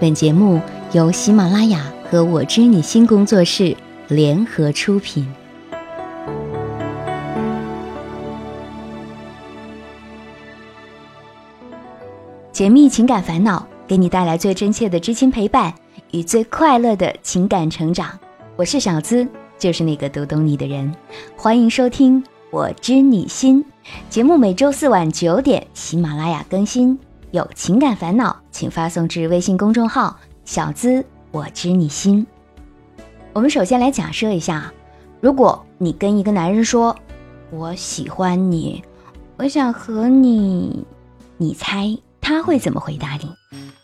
本节目由喜马拉雅和我知你心工作室联合出品。解密情感烦恼，给你带来最真切的知心陪伴与最快乐的情感成长。我是小资，就是那个读懂你的人。欢迎收听我知你心节目，每周四晚9点喜马拉雅更新。有情感烦恼请发送至微信公众号小资我知你心。我们首先来假设一下，如果你跟一个男人说我喜欢你，我想和你，你猜他会怎么回答你？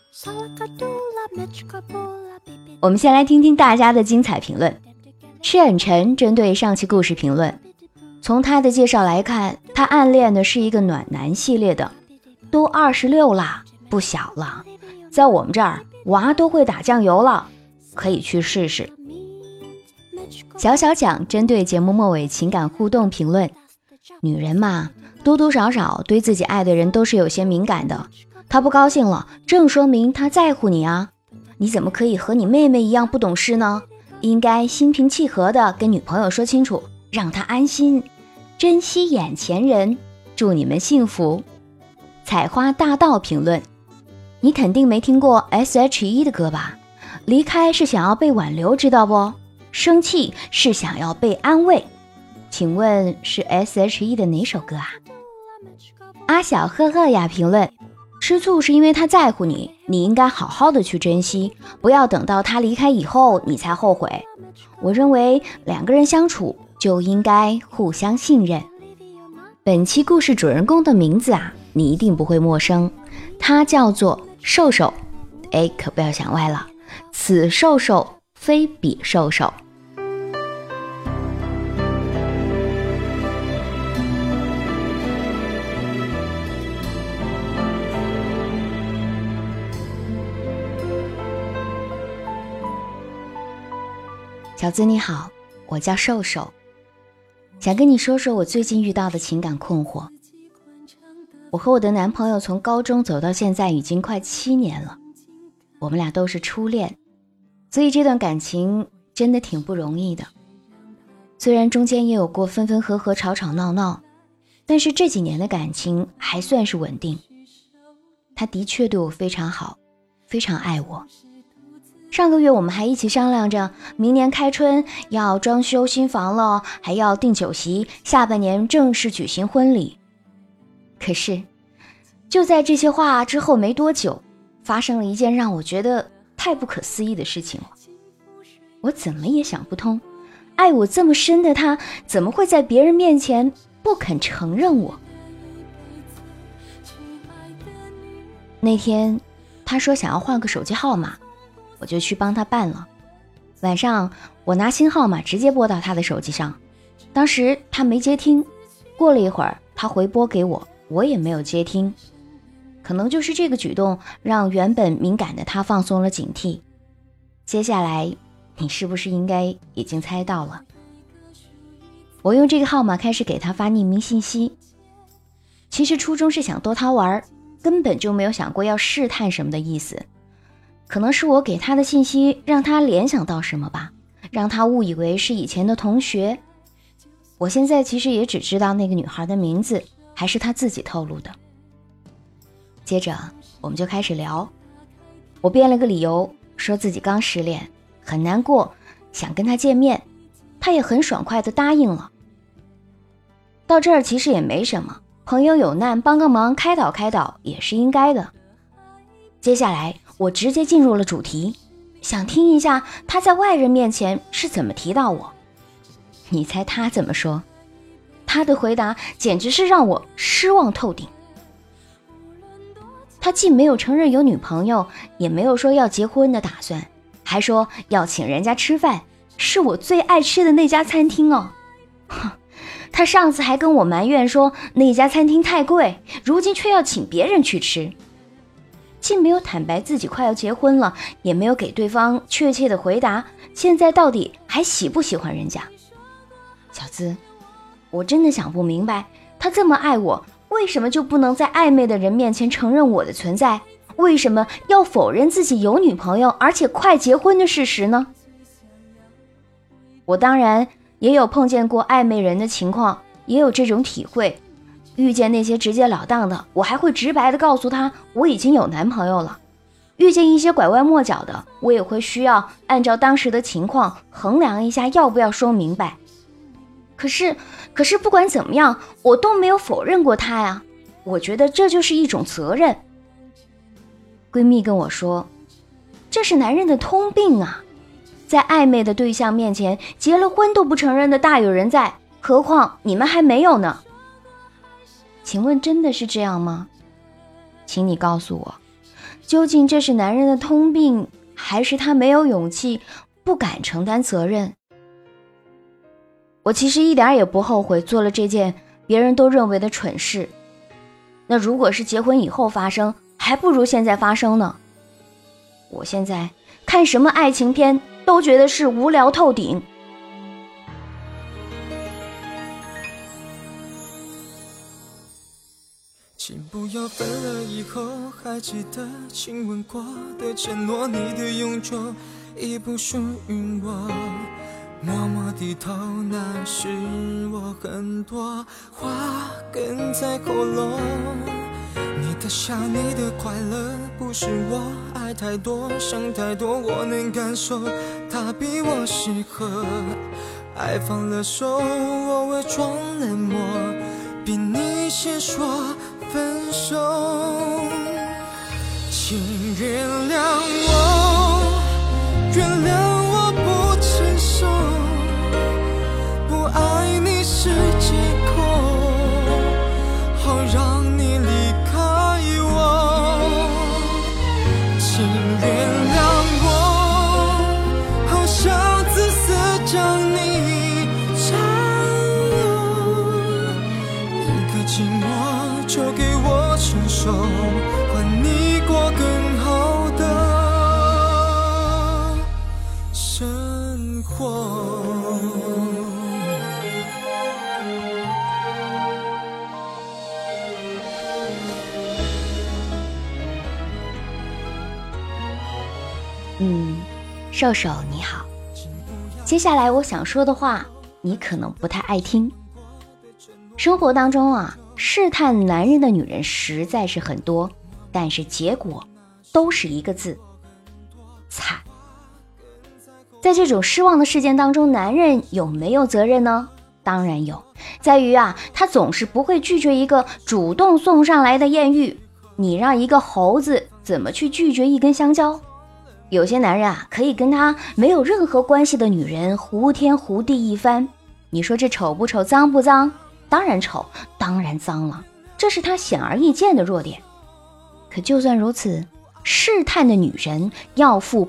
我们先来听听大家的精彩评论。赤眼晨针对上期故事评论，从他的介绍来看，他暗恋的是一个暖男系列的，都26啦，不小了，在我们这儿娃都会打酱油了，可以去试试。小小奖针对节目末尾情感互动评论，女人嘛，多多少少对自己爱的人都是有些敏感的，他不高兴了，正说明他在乎你啊，你怎么可以和你妹妹一样不懂事呢？应该心平气和的跟女朋友说清楚，让她安心，珍惜眼前人，祝你们幸福。采花大道评论，你肯定没听过 SHE 的歌吧？离开是想要被挽留，知道不？生气是想要被安慰，请问是 SHE 的哪首歌啊？阿小呵呵呀评论，吃醋是因为他在乎你，你应该好好的去珍惜，不要等到他离开以后你才后悔。我认为两个人相处就应该互相信任。本期故事主人公的名字啊，你一定不会陌生，他叫做瘦瘦。可不要想歪了，此瘦瘦非彼瘦瘦。小资你好，我叫瘦瘦，想跟你说说我最近遇到的情感困惑。我和我的男朋友从高中走到现在已经快7年了，我们俩都是初恋，所以这段感情真的挺不容易的。虽然中间也有过分分合合吵吵闹闹，但是这几年的感情还算是稳定。他的确对我非常好，非常爱我。上个月我们还一起商量着明年开春要装修新房了，还要订酒席，下半年正式举行婚礼。可是就在这些话之后没多久，发生了一件让我觉得太不可思议的事情了。我怎么也想不通，爱我这么深的他怎么会在别人面前不肯承认我。那天他说想要换个手机号码，我就去帮他办了。晚上我拿新号码直接拨到他的手机上，当时他没接听，过了一会儿他回拨给我，我也没有接听。可能就是这个举动让原本敏感的他放松了警惕。接下来你是不是应该已经猜到了？我用这个号码开始给他发匿名信息，其实初衷是想逗他玩，根本就没有想过要试探什么的意思。可能是我给他的信息让他联想到什么吧，让他误以为是以前的同学。我现在其实也只知道那个女孩的名字，还是他自己透露的。接着我们就开始聊，我编了个理由，说自己刚失恋，很难过，想跟他见面，他也很爽快地答应了。到这儿其实也没什么，朋友有难帮个忙，开导开导也是应该的。接下来我直接进入了主题，想听一下他在外人面前是怎么提到我。你猜他怎么说？他的回答简直是让我失望透顶。他既没有承认有女朋友，也没有说要结婚的打算，还说要请人家吃饭，是我最爱吃的那家餐厅哦。他上次还跟我埋怨说那家餐厅太贵，如今却要请别人去吃。既没有坦白自己快要结婚了，也没有给对方确切的回答，现在到底还喜不喜欢人家？小资，我真的想不明白，他这么爱我，为什么就不能在暧昧的人面前承认我的存在？ 为什么要否认自己有女朋友而且快结婚的事实呢？我当然也有碰见过暧昧人的情况，也有这种体会。遇见那些直截了当的，我还会直白地告诉他我已经有男朋友了。遇见一些拐弯抹角的，我也会需要按照当时的情况衡量一下要不要说明白。可是不管怎么样，我都没有否认过他呀，我觉得这就是一种责任。闺蜜跟我说，这是男人的通病啊，在暧昧的对象面前结了婚都不承认的大有人在，何况你们还没有呢。请问真的是这样吗？请你告诉我，究竟这是男人的通病，还是他没有勇气，不敢承担责任？我其实一点也不后悔做了这件别人都认为的蠢事。那如果是结婚以后发生，还不如现在发生呢。我现在看什么爱情片都觉得是无聊透顶。 请不要分了以后还记得亲吻过的承诺，你的永久已不属于我，默默低头，那是我很多话哽在喉咙。你的笑，你的快乐，不是我爱太多想太多，我能感受他比我适合，爱放了手，我伪装冷漠，比你先说分手。请原谅我，原谅我不成熟，不爱你是借口，好让你离开我。请原谅我，好想自私将你占有，一个寂寞就给我承受，换你过更好的生活。 瘦瘦你好，接下来我想说的话你可能不太爱听。生活当中啊，试探男人的女人实在是很多，但是结果都是一个字：惨。在这种失望的事件当中，男人有没有责任呢？当然有，在于啊，他总是不会拒绝一个主动送上来的艳遇。你让一个猴子怎么去拒绝一根香蕉？有些男人啊，可以跟他没有任何关系的女人胡天胡地一番，你说这丑不丑，脏不脏？当然丑，当然脏了，这是他显而易见的弱点。可就算如此，试探的女人要负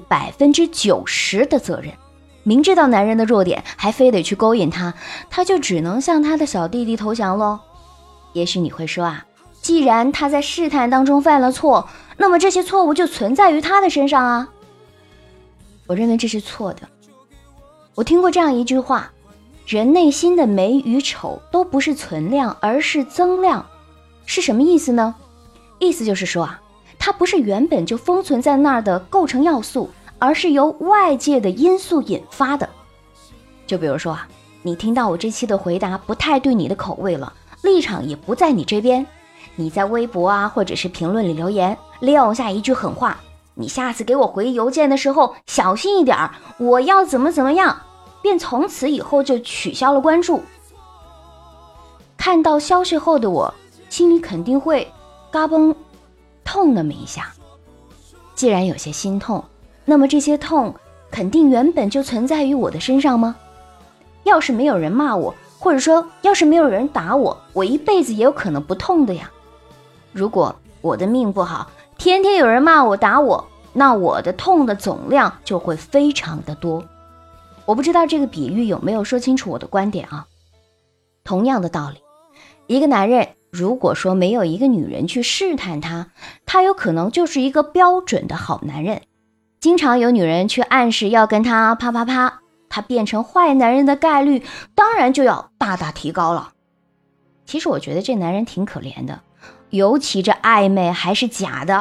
90%的责任，明知道男人的弱点还非得去勾引他，他就只能向他的小弟弟投降咯。也许你会说啊，既然他在试探当中犯了错，那么这些错误就存在于他的身上啊。我认为这是错的。我听过这样一句话，人内心的美与丑都不是存量，而是增量。是什么意思呢？意思就是说啊，它不是原本就封存在那儿的构成要素，而是由外界的因素引发的。就比如说啊，你听到我这期的回答不太对你的口味了，立场也不在你这边，你在微博啊或者是评论里留言，撂下一句狠话，你下次给我回邮件的时候小心一点，我要怎么样，便从此以后就取消了关注。看到消息后的我，心里肯定会嘎嘣痛那么一下。既然有些心痛，那么这些痛肯定原本就存在于我的身上吗？要是没有人骂我，或者说要是没有人打我，我一辈子也有可能不痛的呀。如果我的命不好，天天有人骂我打我，那我的痛的总量就会非常的多。我不知道这个比喻有没有说清楚我的观点啊。同样的道理，一个男人如果说没有一个女人去试探他，他有可能就是一个标准的好男人。经常有女人去暗示要跟他啪啪啪，他变成坏男人的概率当然就要大大提高了。其实我觉得这男人挺可怜的，尤其这暧昧还是假的，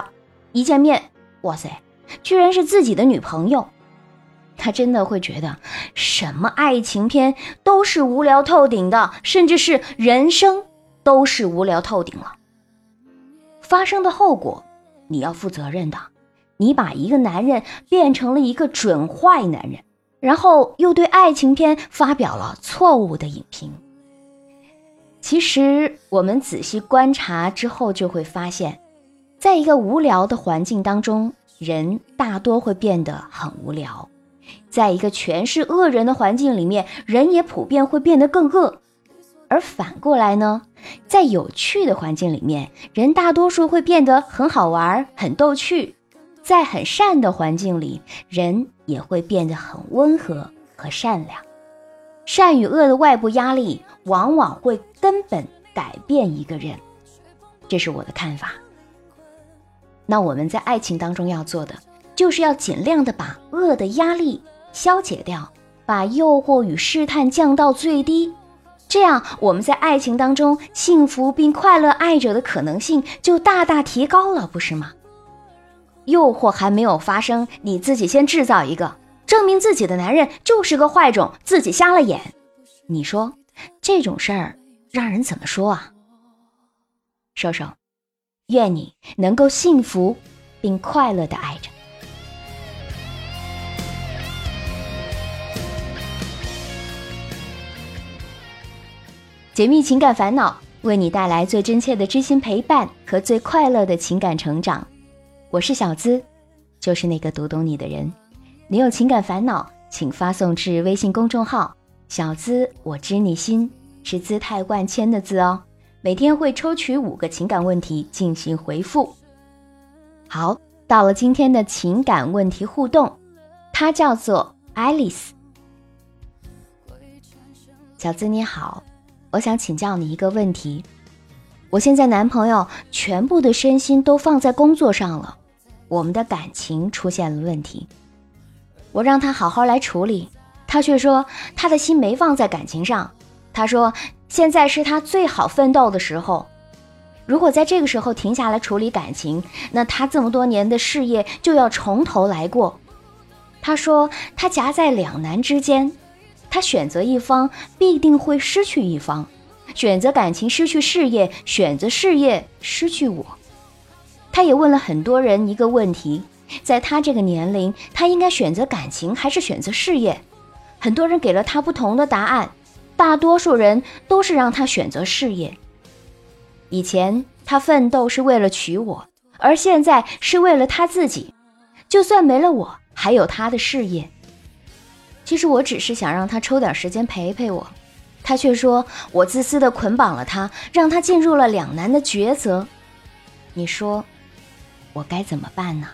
一见面，哇塞，居然是自己的女朋友。他真的会觉得什么爱情片都是无聊透顶的，甚至是人生都是无聊透顶了。发生的后果你要负责任的，你把一个男人变成了一个准坏男人，然后又对爱情片发表了错误的影评。其实我们仔细观察之后就会发现，在一个无聊的环境当中，人大多会变得很无聊。在一个全是恶人的环境里面，人也普遍会变得更恶。而反过来呢，在有趣的环境里面，人大多数会变得很好玩、很逗趣。在很善的环境里，人也会变得很温和和善良。善与恶的外部压力往往会根本改变一个人，这是我的看法。那我们在爱情当中要做的，就是要尽量的把恶的压力消解掉，把诱惑与试探降到最低，这样我们在爱情当中幸福并快乐爱着的可能性就大大提高了，不是吗？诱惑还没有发生，你自己先制造一个，证明自己的男人就是个坏种，自己瞎了眼。你说这种事儿让人怎么说啊？瘦瘦，愿你能够幸福并快乐地爱着。解密情感烦恼，为你带来最真切的知心陪伴和最快乐的情感成长。我是小资，就是那个读懂你的人。你有情感烦恼，请发送至微信公众号小资我知你心，是姿态万千的字哦。每天会抽取5个情感问题进行回复。好，到了今天的情感问题互动，它叫做 Alice。 小资你好，我想请教你一个问题。我现在男朋友全部的身心都放在工作上了，我们的感情出现了问题。我让他好好来处理，他却说他的心没放在感情上。他说现在是他最好奋斗的时候，如果在这个时候停下来处理感情，那他这么多年的事业就要从头来过。他说他夹在两难之间，他选择一方必定会失去一方，选择感情失去事业，选择事业失去我。他也问了很多人一个问题，在他这个年龄，他应该选择感情还是选择事业？很多人给了他不同的答案，大多数人都是让他选择事业。以前他奋斗是为了娶我，而现在是为了他自己，就算没了我，还有他的事业。其实我只是想让他抽点时间陪陪我，他却说我自私地捆绑了他，让他进入了两难的抉择。你说我该怎么办呢？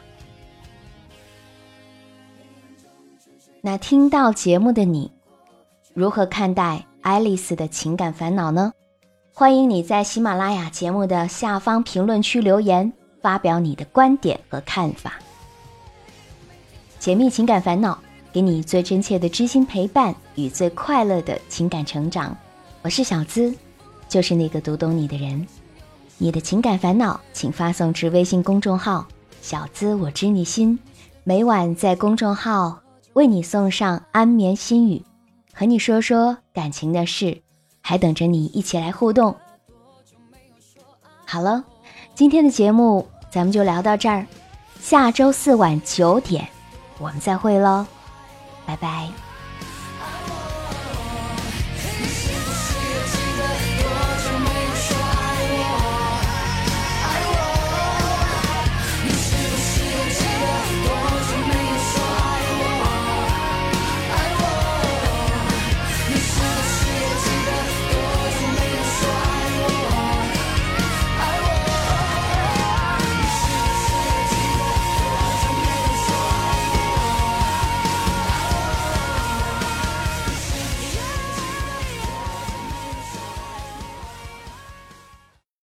那听到节目的你，如何看待爱丽丝的情感烦恼呢？欢迎你在喜马拉雅节目的下方评论区留言，发表你的观点和看法。解密情感烦恼，给你最真切的知心陪伴与最快乐的情感成长。我是小资，就是那个读懂你的人。你的情感烦恼请发送至微信公众号小资我知你心，每晚在公众号为你送上安眠心语，和你说说感情的事，还等着你一起来互动。好了，今天的节目咱们就聊到这儿，下周4晚9点我们再会咯，拜拜。